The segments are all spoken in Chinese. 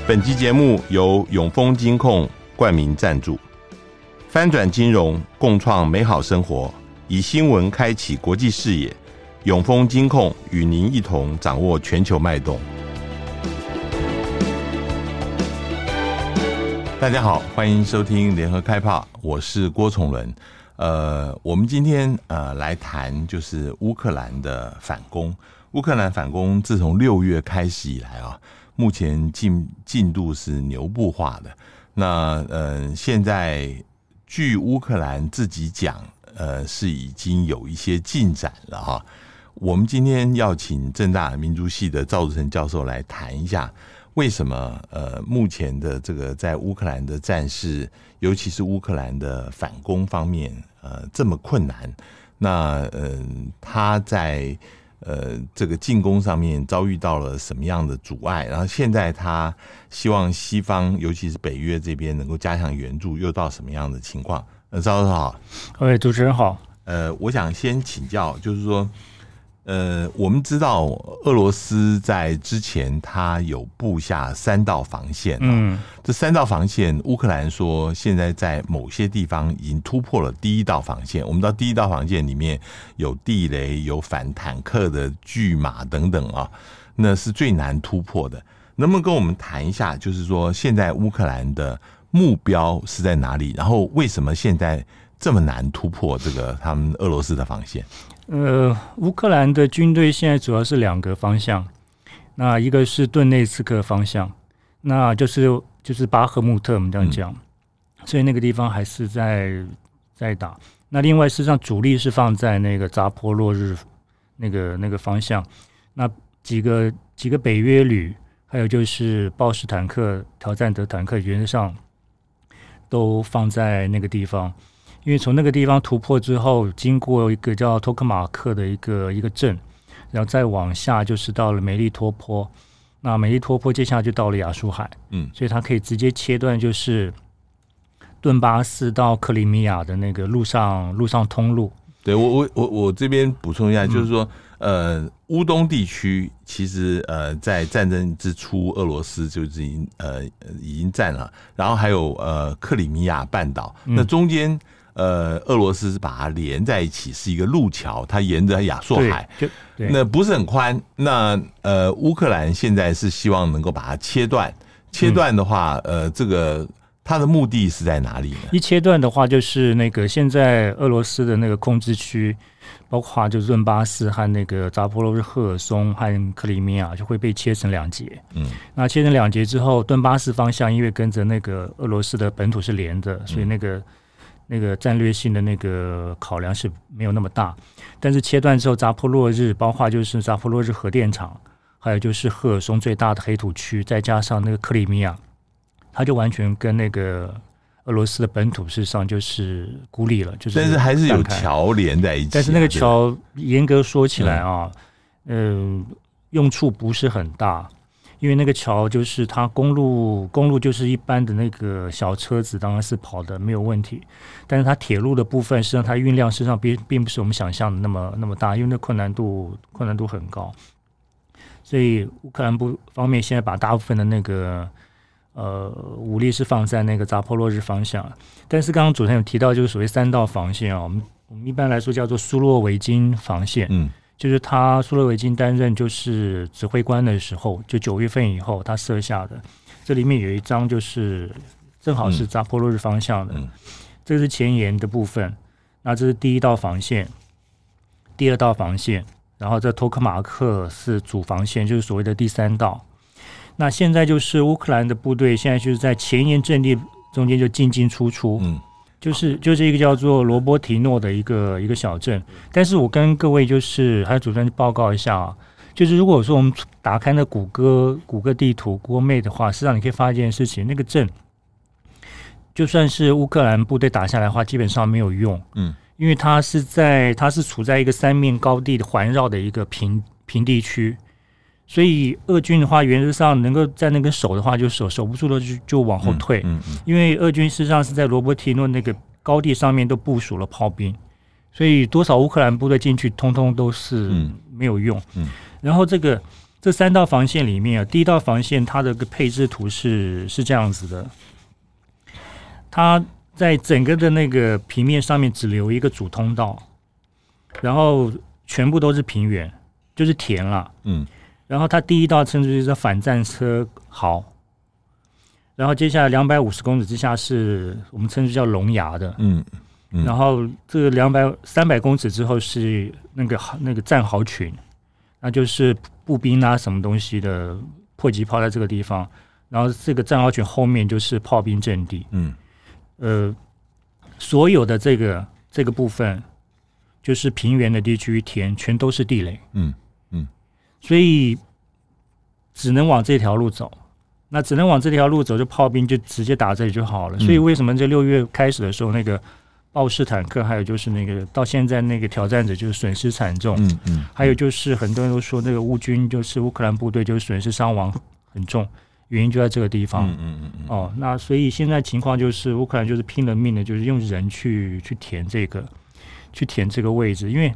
本集节目由永丰金控冠名赞助，翻转金融，共创美好生活，以新闻开启国际视野。永丰金控与您一同掌握全球脉动。大家好，欢迎收听联合开炮，我是郭崇伦。我们今天来谈就是乌克兰的反攻。乌克兰反攻自从6月开始以来啊，目前进度是牛步化的。那现在据乌克兰自己讲，是已经有一些进展了哈。我们今天要请政大民族系的赵志成教授来谈一下，为什么目前的这个在乌克兰的战事，尤其是乌克兰的反攻方面这么困难？那他在这个进攻上面遭遇到了什么样的阻碍？然后现在他希望西方，尤其是北约这边能够加强援助，又到什么样的情况？赵教授好。 主持人好。 我想先请教，就是说，我们知道俄罗斯在之前他有布下3道防线，这3道防线，乌克兰说现在在某些地方已经突破了第1道防线。我们知道第1道防线里面有地雷、有反坦克的巨马等等啊，那是最难突破的。能不能跟我们谈一下，就是说现在乌克兰的目标是在哪里？然后为什么现在这么难突破这个他们俄罗斯的防线？ 乌克兰的军队现在主要是2个方向，那一个是顿内茨克方向，那就是巴赫穆特，我们这样讲，所以那个地方还是在打。那另外事实上主力是放在那个扎波洛日那个方向，那几个北约旅，还有就是豹式坦克、挑战者坦克，原则上都放在那个地方。因为从那个地方突破之后，经过一个叫托克马克的一个镇，然后再往下就是到了梅利托坡。那梅利托坡接下来就到了亚速海，所以它可以直接切断就是顿巴斯到克里米亚的那个路上通路。 对，我这边补充一下，就是说，乌东地区其实在战争之初，俄罗斯就是已经占了，然后还有克里米亚半岛，那中间。俄罗斯是把它连在一起，是一个路桥，它沿着亚速海，那不是很宽。那乌克兰现在是希望能够把它切断。切断的话，这个它的目的是在哪里呢？ 一切断的话，就是那个现在俄罗斯的那个控制区，包括就是顿巴斯和那个扎波罗日、赫尔松和克里米亚就会被切成2节。那切成2节之后，顿巴斯方向因为跟着那个俄罗斯的本土是连的，所以那个战略性的那个考量是没有那么大，但是切断之后，扎波洛日包括就是扎波洛日核电厂，还有就是赫尔松最大的黑土区，再加上那个克里米亚，它就完全跟那个俄罗斯的本土事实上就是孤立了，就是但是还是有桥连在一起。 但是那个桥严格说起来啊，用处不是很大。因为那个桥就是它公路就是一般的那个小车子当然是跑的没有问题，但是它铁路的部分实际上它运量实际上并不是我们想象的那么大，因为那困难度很高，所以乌克兰方面现在把大部分的那个武力是放在那个扎波洛日方向，但是刚刚主持人有提到就是所谓3道防线啊，我们一般来说叫做苏洛维金防线，就是他苏洛维金担任就是指挥官的时候，就9月份以后他设下的。这里面有一张就是正好是扎波洛日方向的，这是前沿的部分。那这是第1道防线，第2道防线，然后这托克马克是主防线，就是所谓的第3道。那现在就是乌克兰的部队现在就是在前沿阵地中间就进进出出。就是一个叫做罗波提诺的一个小镇，但是我跟各位就是还有主持人报告一下啊，就是如果说我们打开那谷歌地图 Google Map 的话，实际上你可以发现一件事情，那个镇就算是乌克兰部队打下来的话，基本上没有用，因为它是处在一个3面高地环绕的一个平地区，所以俄军的话原则上能够在那个守的话就守不住了就往后退，因为俄军事实上是在罗伯提诺那个高地上面都部署了炮兵，所以多少乌克兰部队进去通通都是没有用。然后这个这3道防线里面第一道防线它的个配置图是这样子的，它在整个的那个平面上面只留一个主通道，然后全部都是平原，就是田了。然后它第一道称之为是反战车壕，然后接下来250公尺之下是我们称之叫龙牙的。然后这个300公尺之后是那个战壕群，那就是步兵啊什么东西的迫击炮在这个地方，然后这个战壕群后面就是炮兵阵地。所有的这个部分就是平原的地区田全都是地雷。所以只能往这条路走，那只能往这条路走，就炮兵就直接打这里就好了。所以为什么这6月开始的时候，那个豹式坦克，还有就是那个到现在那个挑战者就是损失惨重。还有就是很多人都说那个乌军就是乌克兰部队就是损失伤亡很重，原因就在这个地方。那所以现在情况就是乌克兰就是拼了命的，就是用人去填这个位置，因为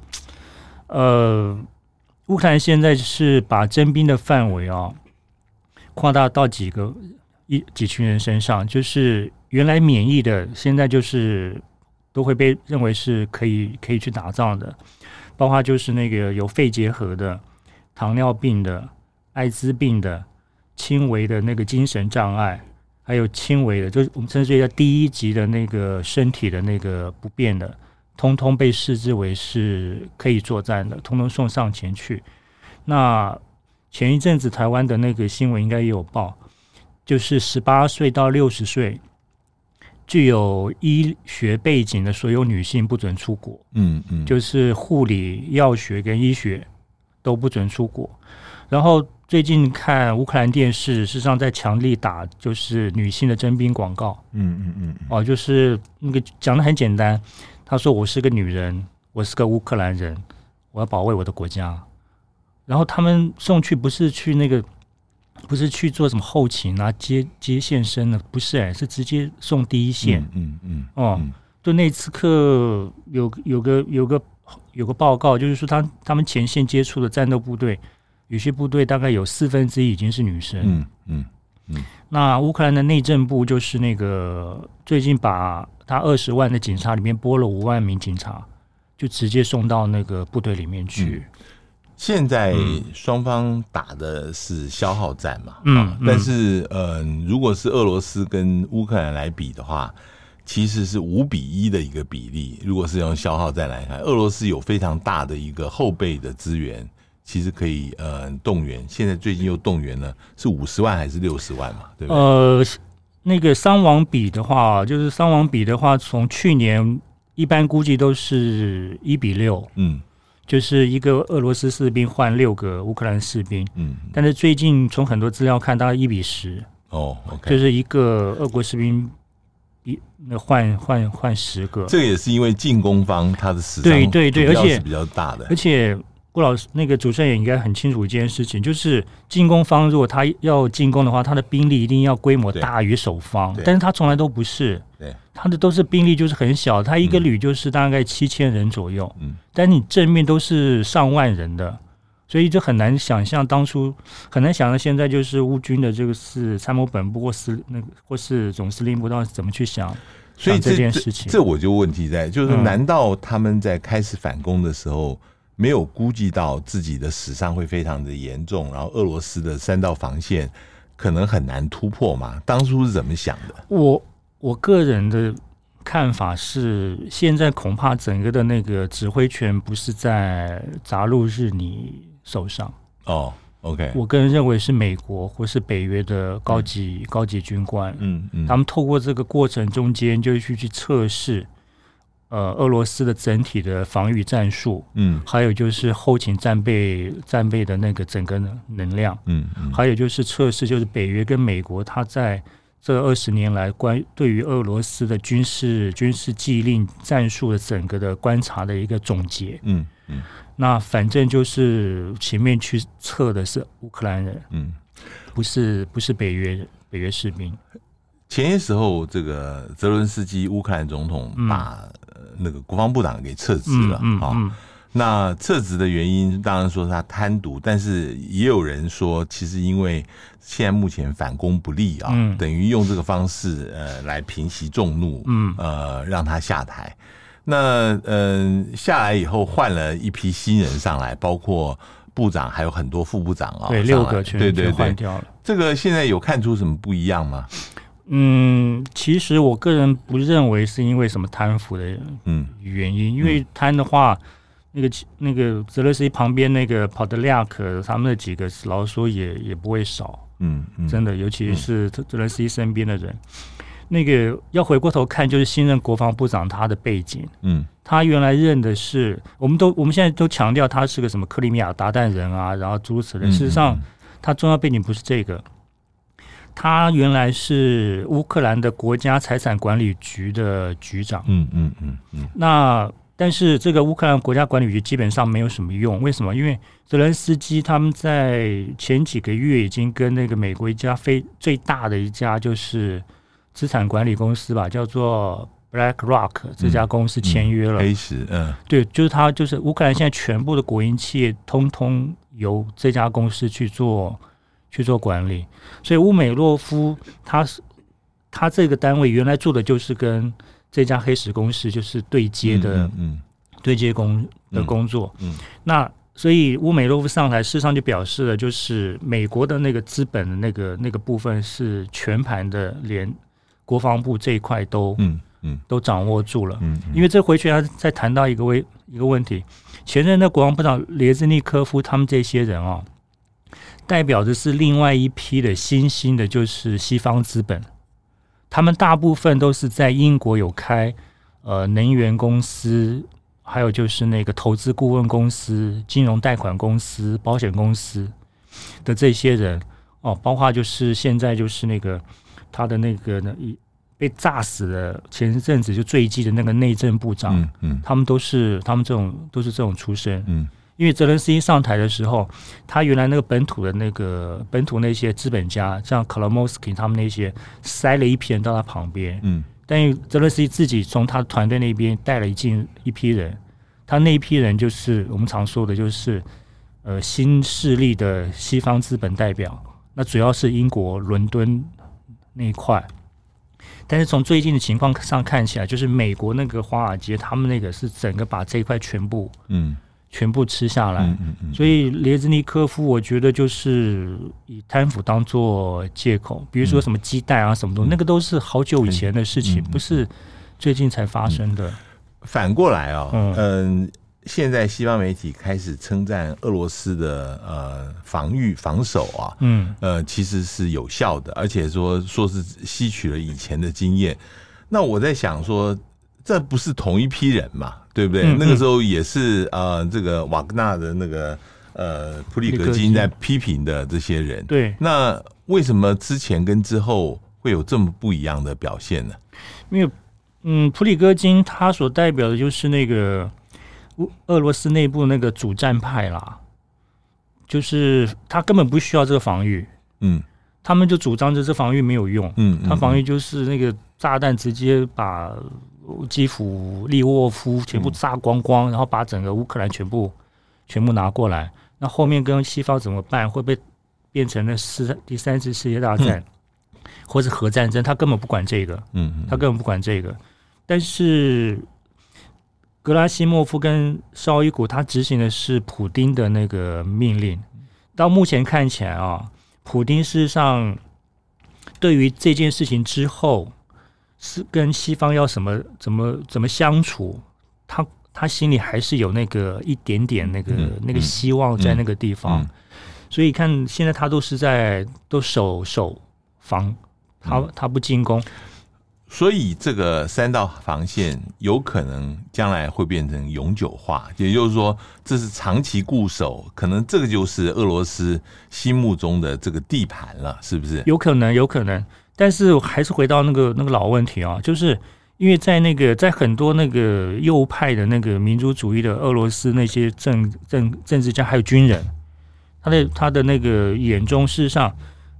乌克兰现在是把征兵的范围扩大到几群人身上，就是原来免疫的，现在就是都会被认为是可以去打仗的，包括就是那个有肺结核的、糖尿病的、艾滋病的、轻微的那个精神障碍，还有轻微的，就是我们称之为第1级的那个身体的那个不便的，通通被视之为是可以作战的，通通送上前去。那前一阵子台湾的那个新闻应该也有报，就是18岁到60岁具有医学背景的所有女性不准出国。就是护理、药学跟医学都不准出国。然后最近看乌克兰电视，事实上在强力打就是女性的征兵广告。就是那个讲得很简单，他说我是个女人，我是个乌克兰人，我要保卫我的国家。然后他们送去不是去做什么后勤啊、接线生的，不是是直接送第一线。对内兹克有个报告，就是说他们前线接触的战斗部队，有些部队大概有1/4已经是女生。那乌克兰的内政部就是那个最近把他20万的警察里面拨了5万名警察，就直接送到那个部队里面去。 现在双方打的是消耗战嘛，但是如果是俄罗斯跟乌克兰来比的话，其实是5:1的一个比例。如果是用消耗战来看，俄罗斯有非常大的一个后备的资源，其实可以动员。现在最近又动员了，是50万还是60万嘛？对不对？ 那个伤亡比的话，从去年一般估计都是1:6。就是一个俄罗斯士兵换6个乌克兰士兵。但是最近从很多资料看，大概1:10。就是一个俄国士兵换10个。 这个也是因为进攻方他的死伤而且是比较大的。 而且郭老师那个主持人也应该很清楚一件事情，就是进攻方如果他要进攻的话，他的兵力一定要规模大于守方，但是他从来都不是。他的都是兵力就是很小，他一个旅就是大概7000人左右。但你正面都是上万人的，所以就很难想象很难想象现在就是乌军的这个是参谋本部或是总司令部到底怎么去想。 所以这件事情， 这我就问题在，就是难道他们在开始反攻的时候，没有估计到自己的死伤会非常的严重，然后俄罗斯的3道防线可能很难突破吗？当初是怎么想的？ 我个人的看法是，现在恐怕整个的那个指挥权不是在扎陆日尼手上。 OK， 我个人认为是美国或是北约的高级军官。他们透过这个过程中间就去测试俄罗斯的整体的防御战术，还有就是后勤战备的那个整个能量，还有就是测试就是北约跟美国它在这20年来对于俄罗斯的军事纪律战术的整个的观察的一个总结。那反正就是前面去测的是乌克兰人，不是北约士兵。 前些时候，这个泽伦斯基乌克兰总统把那个国防部长给撤职了。 那撤职的原因当然说是他贪渎，但是也有人说，其实因为现在目前反攻不利啊，等于用这个方式来平息众怒，让他下台。那下来以后换了一批新人上来，包括部长还有很多副部长啊， 对，6个全换掉了。 这个现在有看出什么不一样吗？ 其实我个人不认为是因为什么贪腐的原因，因为贪的话，那个泽勒斯基旁边那个跑德利亚克他们那几个老实说也不会少，真的，尤其是泽勒斯基身边的人。那个要回过头看，就是新任国防部长他的背景，他原来任的是，我们现在都强调他是个什么克里米亚达旦人啊，然后诸如此类。事实上，他重要背景不是这个，他原来是乌克兰的国家财产管理局的局长。那但是这个乌克兰国家管理局基本上没有什么用，为什么？因为泽连斯基他们在前几个月已经跟那个美国一家最大的一家就是资产管理公司吧，叫做 BlackRock 这家公司签约了。 黑石， 对，就是乌克兰现在全部的国营企业通通由这家公司去做管理，所以乌美洛夫他这个单位原来做的就是跟这家黑石公司就是对接的，对接的工作。那所以乌美洛夫上台，事实上就表示了，就是美国的那个资本的那个部分是全盘的，连国防部这一块都掌握住了。因为这回去要再谈到一个问题，前任的国防部长列兹尼科夫他们这些人啊，代表的是另外一批的新兴的，就是西方资本。他们大部分都是在英国有开能源公司，还有就是那个投资顾问公司、金融贷款公司、保险公司的这些人哦，包括就是现在就是那个他的那个被炸死的前一阵子就坠机的那个内政部长，他们都是这种出身。因为泽连斯基上台的时候，他原来那个本土那些资本家，像卡拉莫斯基他们那些，塞了一批人到他旁边。但是泽连斯基自己从他的团队那边带了一批人，他那一批人就是我们常说的，就是新势力的西方资本代表，那主要是英国伦敦那一块。但是从最近的情况上看起来，就是美国那个华尔街，他们那个是整个把这一块全部吃下来。所以列兹尼科夫我觉得就是以贪腐当作借口，比如说什么鸡蛋啊什么东西，那个都是好久以前的事情，不是最近才发生的。 反过来啊，现在西方媒体开始称赞俄罗斯的防守啊，其实是有效的，而且说是吸取了以前的经验。那我在想说，这不是同一批人嘛，对不对？那个时候也是这个瓦格纳的那个普里格金在批评的这些人。 对， 那为什么之前跟之后会有这么不一样的表现呢？ 因为普里戈金他所代表的就是那个俄罗斯内部那个主战派啦，就是他根本不需要这个防御。他们就主张着这防御没有用。他防御就是那个炸弹直接把基辅、利沃夫全部炸光光，然后把整个乌克兰全部拿过来。那后面跟西方怎么办？会不会变成了第三次世界大战，或是核战争？他根本不管这个。他根本不管这个。但是格拉西莫夫跟绍伊古他执行的是普丁的那个命令。到目前看起来啊，普丁事实上对于这件事情之后是跟西方要怎么相处，他心里还是有那个一点点那个希望在那个地方。所以看现在他都守防，他不进攻。 所以这个3道防线有可能将来会变成永久化，也就是说这是长期固守，可能这个就是俄罗斯心目中的这个地盘了，是不是？ 有可能。但是还是回到那个老问题啊，就是因为在很多那个右派的那个民族主义的俄罗斯那些政治家还有军人，他的那个眼中，事实上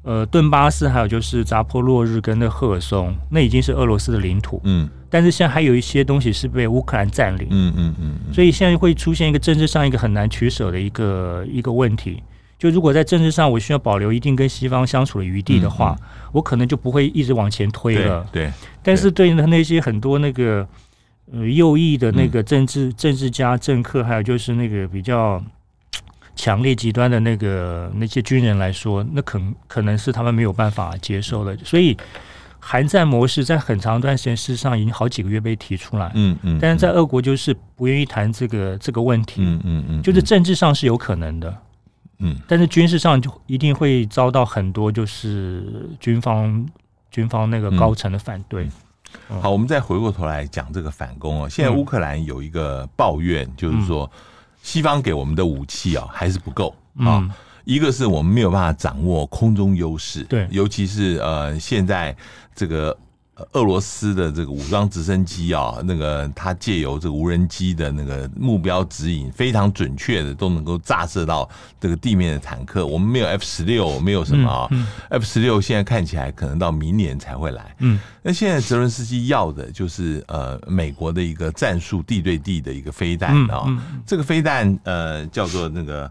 顿巴斯，还有就是扎波洛日跟那赫尔松，那已经是俄罗斯的领土。但是现在还有一些东西是被乌克兰占领。所以现在会出现一个政治上一个很难取舍的一个问题。就如果在政治上我需要保留一定跟西方相处的余地的话，我可能就不会一直往前推了。 对。 但是对那些很多那个右翼的那个政治家、政客，还有就是那个比较强烈极端的那些军人来说，那可能是他们没有办法接受的。所以韩战模式在很长一段时间，事实上已经好几个月被提出来。但是在俄国就是不愿意谈这个问题。就是政治上是有可能的。但是军事上就一定会遭到很多就是军方那个高层的反对。 好，我们再回过头来讲这个反攻。现在乌克兰有一个抱怨，就是说西方给我们的武器还是不够啊。一个是我们没有办法掌握空中优势， 对， 尤其是现在这个俄罗斯的这个武装直升机那个它借由这个无人机的那个目标指引，非常准确的都能够炸射到这个地面的坦克。我们没有 F-16， 没有什么F-16现在看起来可能到明年才会来。那现在泽伦斯基要的就是美国的一个战术地对地的一个飞弹这个飞弹叫做那个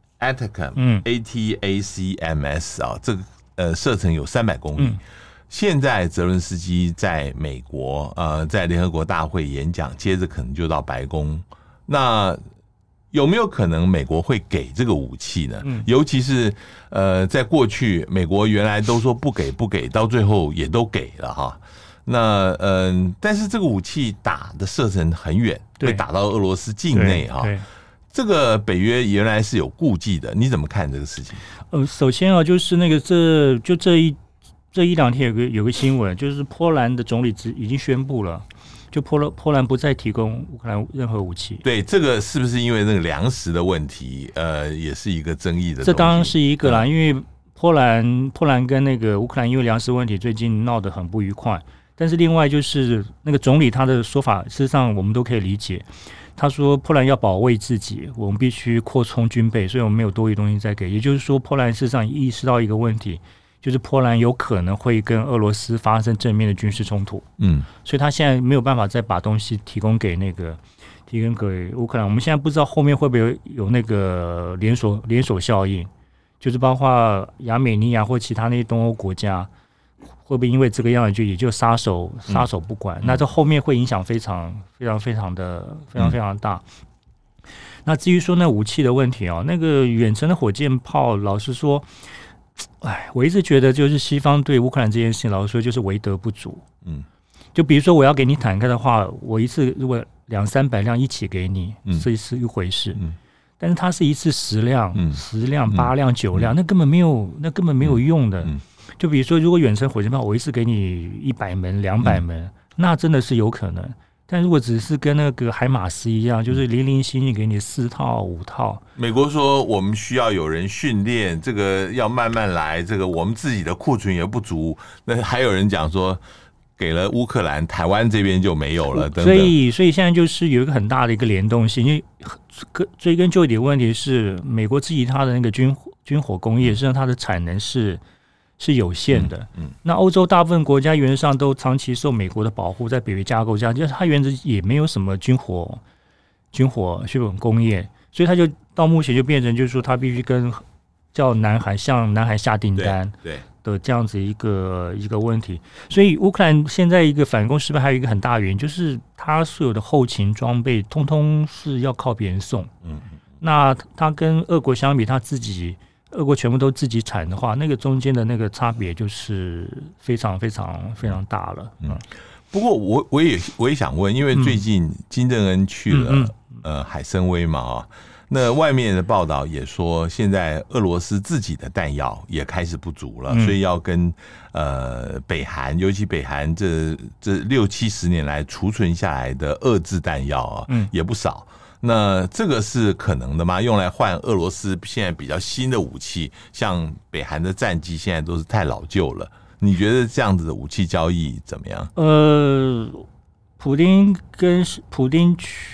ATACMS 这个射程有300公里。现在泽伦斯基在美国在联合国大会演讲，接着可能就到白宫。那有没有可能美国会给这个武器呢？尤其是在过去美国原来都说不给，到最后也都给了哈。那但是这个武器打的射程很远，会打到俄罗斯境内哈。这个北约原来是有顾忌的，你怎么看这个事情？ 首先就是那个这一两天有个新闻，就是波兰的总理已经宣布了，就波兰不再提供乌克兰任何武器。 对，这个是不是因为那个粮食的问题？也是一个争议的东西。 这当然是一个啦，因为波兰跟那个乌克兰因为粮食问题最近闹得很不愉快。但是另外就是那个总理他的说法，事实上我们都可以理解。他说波兰要保卫自己，我们必须扩充军备，所以我们没有多余东西再给。也就是说，波兰事实上意识到一个问题。就是波兰有可能会跟俄罗斯发生正面的军事冲突，所以他现在没有办法再把东西提供给乌克兰。我们现在不知道后面会不会有那个连锁效应，就是包括亚美尼亚或其他那些东欧国家，会不会因为这个样子也就撒手不管？那这后面会影响非常大。那至于说那武器的问题那个远程的火箭炮，老实说。我一直觉得就是西方对乌克兰这件事情，老实说就是为德不足。就比如说我要给你坦克的话，我一次如果200-300辆一起给你，这是一回事。但是它是一次10辆、8辆、9辆，那根本没有用的。就比如说，如果远程火箭炮，我一次给你100门、200门，那真的是有可能。但如果只是跟那个海马斯一样，就是零零星星给你4套5套， 美国说我们需要有人训练，这个要慢慢来，这个我们自己的库存也不足。那还有人讲说，给了乌克兰，台湾这边就没有了，等等。 所以现在就是有一个很大的一个联动性，因为追根究底的问题是，美国自己它的那个军火工业，实际上它的产能是有限的。那欧洲大部分国家原则上都长期受美国的保护，在北约架构下，就是它原则也没有什么军火工业，所以它就到目前就变成就是说，它必须向南韩下订单的这样子一个问题。所以乌克兰现在一个反攻失败，还有一个很大的原因就是它所有的后勤装备通通是要靠别人送。那它跟俄国相比，俄国全部都自己产的话，那个中间的那个差别就是非常非常非常大了。 不过我也想问，因为最近金正恩去了海参崴嘛那外面的报道也说，现在俄罗斯自己的弹药也开始不足了，所以要跟北韩，尤其北韩这60-70年来储存下来的俄制弹药也不少。那这个是可能的吗？用来换俄罗斯现在比较新的武器，像北韩的战机现在都是太老旧了。你觉得这样子的武器交易怎么样？ 普丁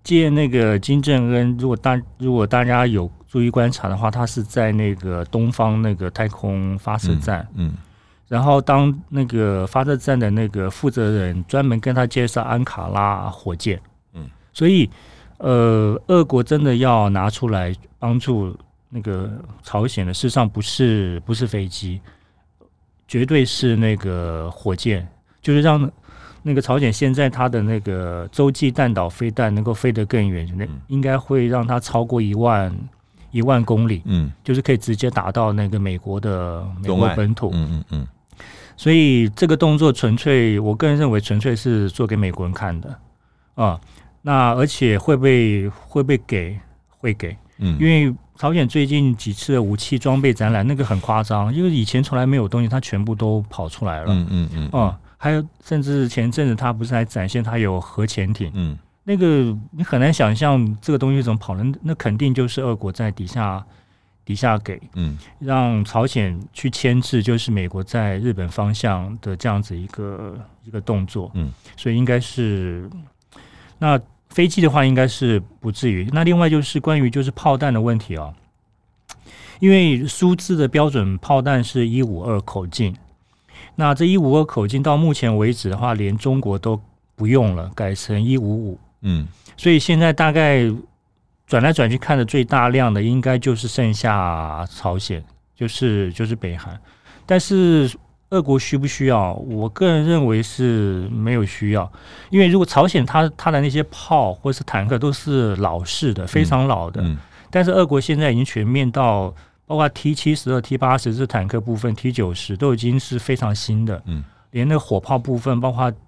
借那个金正恩，如果大家有注意观察的话，他是在那个东方那个太空发射站，然后当那个发射站的那个负责人专门跟他介绍安卡拉火箭，所以俄国真的要拿出来帮助那个朝鲜的，事实上不是飞机，绝对是那个火箭，就是让那个朝鲜现在它的那个洲际弹道飞弹能够飞得更远，应该会让它超过1万公里，就是可以直接打到那个美国本土，所以这个动作纯粹，我个人认为纯粹是做给美国人看的啊。那而且会不会给？会给，因为朝鲜最近几次的武器装备展览，那个很夸张，因为以前从来没有东西，它全部都跑出来了，还有甚至前阵子他不是还展现他有核潜艇，那个你很难想象这个东西怎么跑的，那肯定就是俄国在底下给，让朝鲜去牵制，就是美国在日本方向的这样子一个动作，所以应该是那飞机的话应该是不至于。那另外就是关于就是炮弹的问题啊，因为苏制的标准炮弹是152口径。那这152口径到目前为止的话，连中国都不用了，改成155。所以现在大概转来转去看的最大量的，应该就是剩下朝鲜，就是北韩。但是俄国需不需要？我个人认为是没有需要，因为如果朝鲜它的那些炮或是坦克都是老式的，非常老的，但是俄国现在已经全面到。包括 T-72、T-80 这坦克部分 ，T-90 都已经是非常新的，连那个火炮部分，包括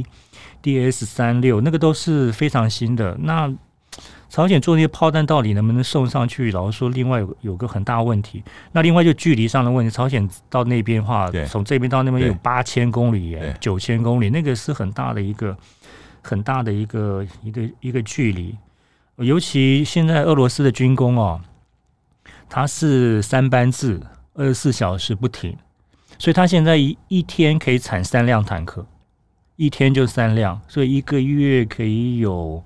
DS-36 那个都是非常新的。那朝鲜做那些炮弹到底能不能送上去？老实说，另外有个很大问题。那另外就距离上的问题，朝鲜到那边的话，从这边到那边有8000公里、9000公里，那个是很大的一个距离。尤其现在俄罗斯的军工哦。它是3班制，24小时不停，所以它现在一天可以产3辆坦克，一天就3辆，所以1个月可以有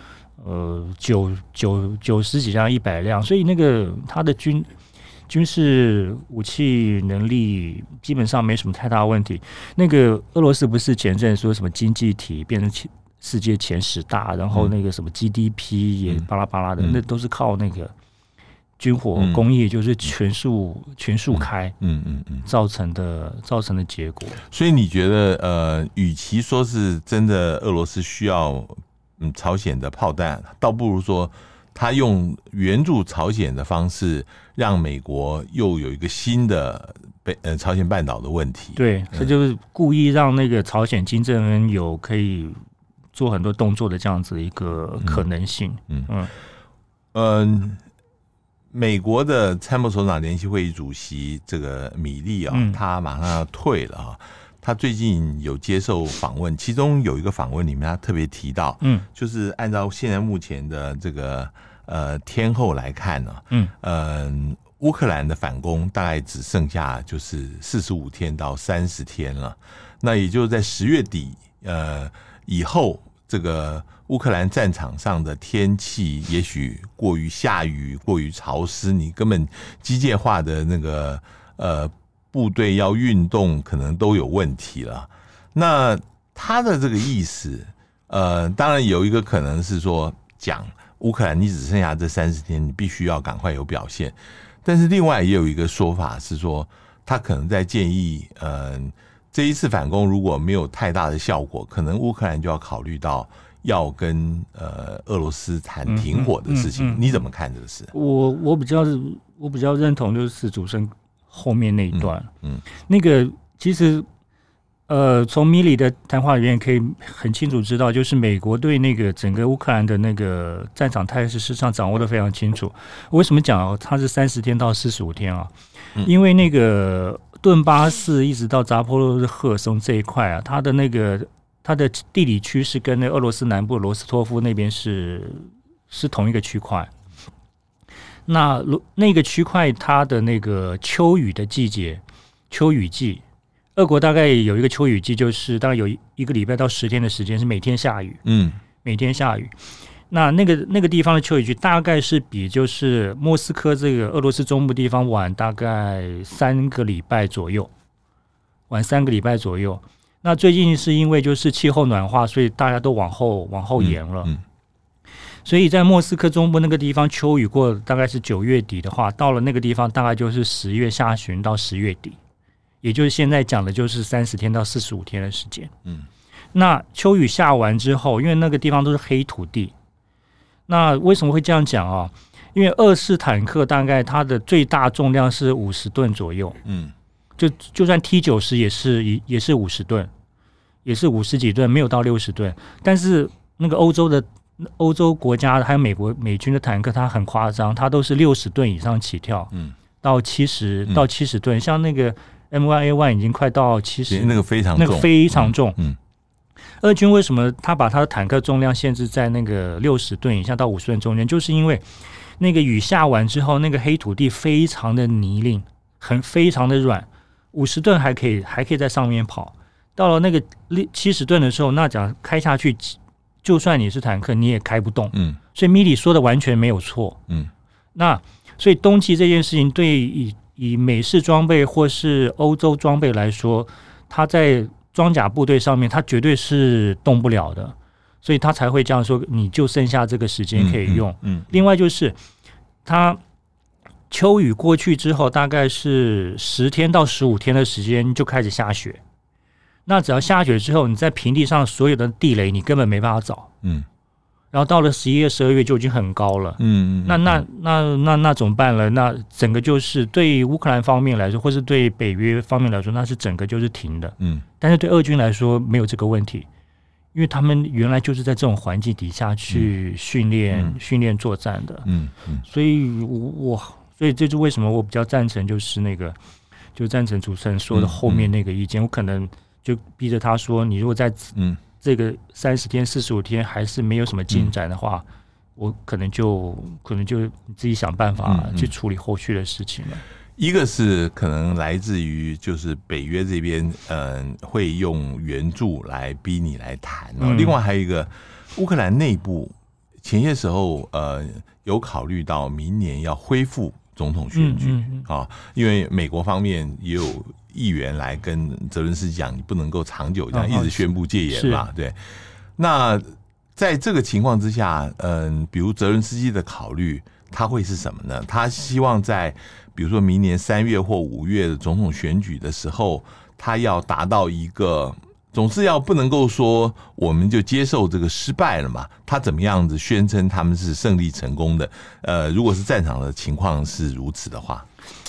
90几辆、100辆，所以那个它的军事武器能力基本上没什么太大问题。那个俄罗斯不是前阵说什么经济体变成世界前10大，然后那个什么 GDP 也巴拉巴拉的，那都是靠那个。军火工业就是全数开，造成的结果。 所以你觉得，与其说是真的俄罗斯需要朝鲜的炮弹，倒不如说他用援助朝鲜的方式，让美国又有一个新的朝鲜半岛的问题。 对，这就是故意让那个朝鲜金正恩有可以做很多动作的这样子一个可能性。 美国的参谋首长联席会议主席这个米利啊，他马上要退了啊。他最近有接受访问，其中有一个访问里面，他特别提到，就是按照现在目前的这个天候来看呢，乌克兰的反攻大概只剩下就是45天到30天了。那也就是在10月底以后，这个乌克兰战场上的天气也许过于下雨、过于潮湿，你根本机械化的那个部队要运动可能都有问题了。那他的这个意思，当然有一个可能是说，讲乌克兰你只剩下这30天，你必须要赶快有表现。但是另外也有一个说法是说，他可能在建议，这一次反攻如果没有太大的效果，可能乌克兰就要考虑到要跟俄罗斯谈停火的事情。你怎么看这个事？ 我比较认同就是主持人后面那一段，那个其实从米里的谈话里面可以很清楚知道，就是美国对那个整个乌克兰的那个战场态势事实上掌握的非常清楚。为什么讲它是30天到45天啊？因为那个顿巴斯一直到扎波罗热赫松这一块啊，它的地理区是跟那俄罗斯南部罗斯托夫那边是同一个区块。那个区块它的那个秋雨的季节，秋雨季，俄国大概有一个秋雨季，就是大概有1个礼拜到10天的时间是每天下雨，每天下雨。 那个地方的秋雨季大概是比就是莫斯科这个俄罗斯中部地方晚大概3个礼拜左右，那最近是因为就是气候暖化，所以大家都往后延了。所以在莫斯科中部那个地方秋雨过大概是9月底的话，到了那个地方大概就是10月下旬到10月底，也就是现在讲的就是30天到45天的时间。那秋雨下完之后，因为那个地方都是黑土地，那为什么会这样讲啊？因为2式坦克大概它的最大重量是50吨左右，就算 T90 也是50吨，也是50几吨，没有到60吨。但是那个欧洲国家还有美军的坦克，它很夸张，它都是60吨以上起跳，到70吨。像那个 M1A1 已经快到70， 那个非常重， 俄军为什么他把他的坦克重量限制在那个60吨以下到50吨中间，就是因为那个雨下完之后，那个黑土地非常的泥泞，非常的软，50吨还可以在上面跑。到了那个70吨的时候，那讲开下去，就算你是坦克，你也开不动。所以米里说的完全没有错。那所以冬季这件事情，对以美式装备或是欧洲装备来说，它在装甲部队上面，它绝对是动不了的，所以他才会这样说，你就剩下这个时间可以用。另外就是它秋雨过去之后，大概是10天到15天的时间就开始下雪。那只要下雪之后，你在平地上所有的地雷，你根本没办法找。然后到了11月、12月就已经很高了。那怎么办了？那整个就是对乌克兰方面来说，或是对北约方面来说，那是整个就是停的。但是对俄军来说没有这个问题，因为他们原来就是在这种环境底下去训练作战的。所以这就是为什么我比较赞成就是就赞成主持人说的后面那个意见。我可能就逼着他说，你如果在这个30天、45天还是没有什么进展的话，我可能就你自己想办法去处理后续的事情了。 一个是可能来自于就是北约这边会用援助来逼你来谈，另外还有一个乌克兰内部前些时候有考虑到明年要恢复总统选举因为美国方面也有议员来跟泽伦斯基讲，你不能够长久这样一直宣布戒严嘛，对。那在这个情况之下，比如泽伦斯基的考虑，他会是什么呢？他希望在比如说明年3月或5月的总统选举的时候，他要达到一个，总是要不能够说我们就接受这个失败了嘛？他怎么样子宣称他们是胜利成功的？如果是战场的情况是如此的话，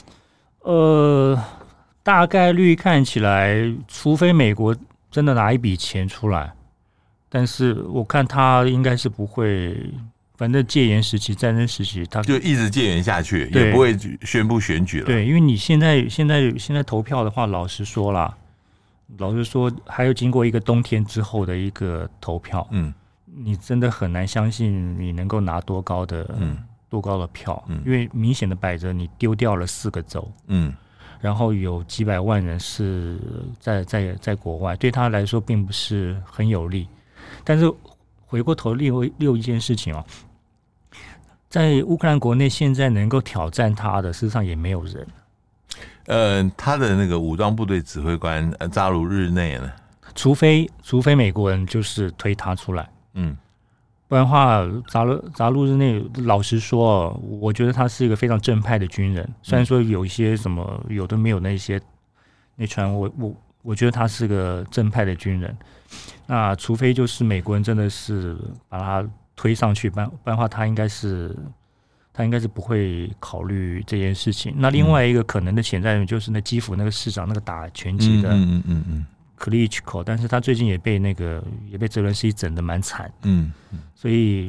大概率看起来，除非美国真的拿一笔钱出来，但是我看他应该是不会，反正戒严时期、战争时期，他就一直戒严下去，也不会宣布选举了。 对，因为你现在投票的话，老实说还要经过一个冬天之后的一个投票，你真的很难相信你能够拿多高的票，因为明显的摆着你丢掉了4个州，然后有几百万人是在国外，对他来说并不是很有利。但是回过头另一件事情在乌克兰国内现在能够挑战他的，事实上也没有人。 他的那个武装部队指挥官扎卢日内呢？ 除非美国人就是推他出来，不然的话，扎卢日内老实说，我觉得他是一个非常正派的军人。虽然说有一些什么有的没有那些内传，我觉得他是个正派的军人。那除非就是美国人真的是把他推上去，不然的话他应该是不会考虑这件事情。那另外一个可能的潜在人就是那基辅那个市长，那个打拳击的克利奇科，但是他最近也被泽伦斯基整得蛮惨，所以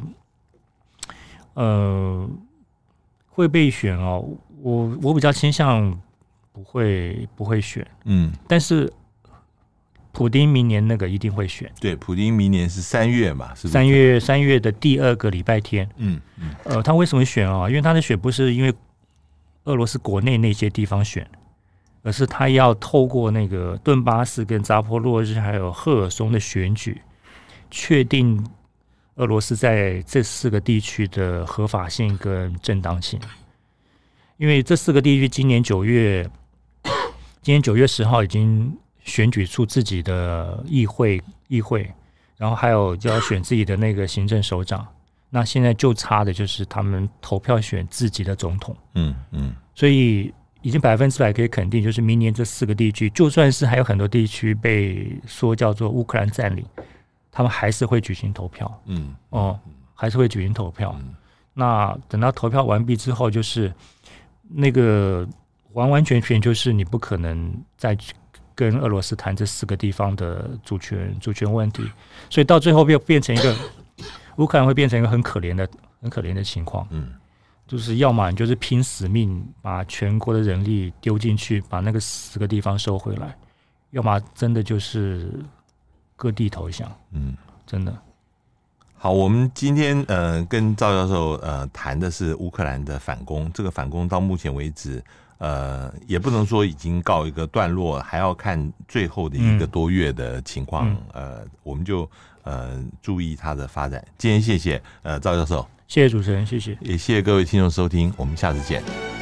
会被选我比较倾向不会选，但是普丁明年那个一定会选。 对，普丁明年是3月嘛，是不是 3月的第2个礼拜天。他为什么选因为他的选不是因为俄罗斯国内那些地方选，而是他要透过那个顿巴斯跟扎波洛日还有赫尔松的选举，确定俄罗斯在这4个地区的合法性跟正当性。因为这4个地区今年9月10号已经选举出自己的议会，然后还有就要选自己的那个行政首长。那现在就差的就是他们投票选自己的总统。所以已经100%可以肯定，就是明年这4个地区，就算是还有很多地区被说叫做乌克兰占领，他们还是会举行投票。还是会举行投票。那等到投票完毕之后，就是那个完全就是你不可能再跟俄罗斯谈这4个地方的主权问题，所以到最后变成一个乌克兰会变成一个很可怜的情况。就是要么你就是拼死命把全国的人力丢进去，把那个4个地方收回来，要么真的就是各地投降。真的。 好，我们今天跟赵教授谈的是乌克兰的反攻，这个反攻到目前为止也不能说已经告一个段落，还要看最后的1个多月的情况。我们就注意它的发展。今天谢谢赵教授， 谢谢主持人，谢谢， 也谢谢各位听众收听，我们下次见。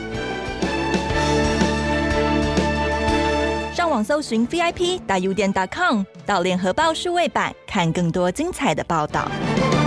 上网搜寻 VIP.UDN.com 到联合报数位版看更多精彩的报道。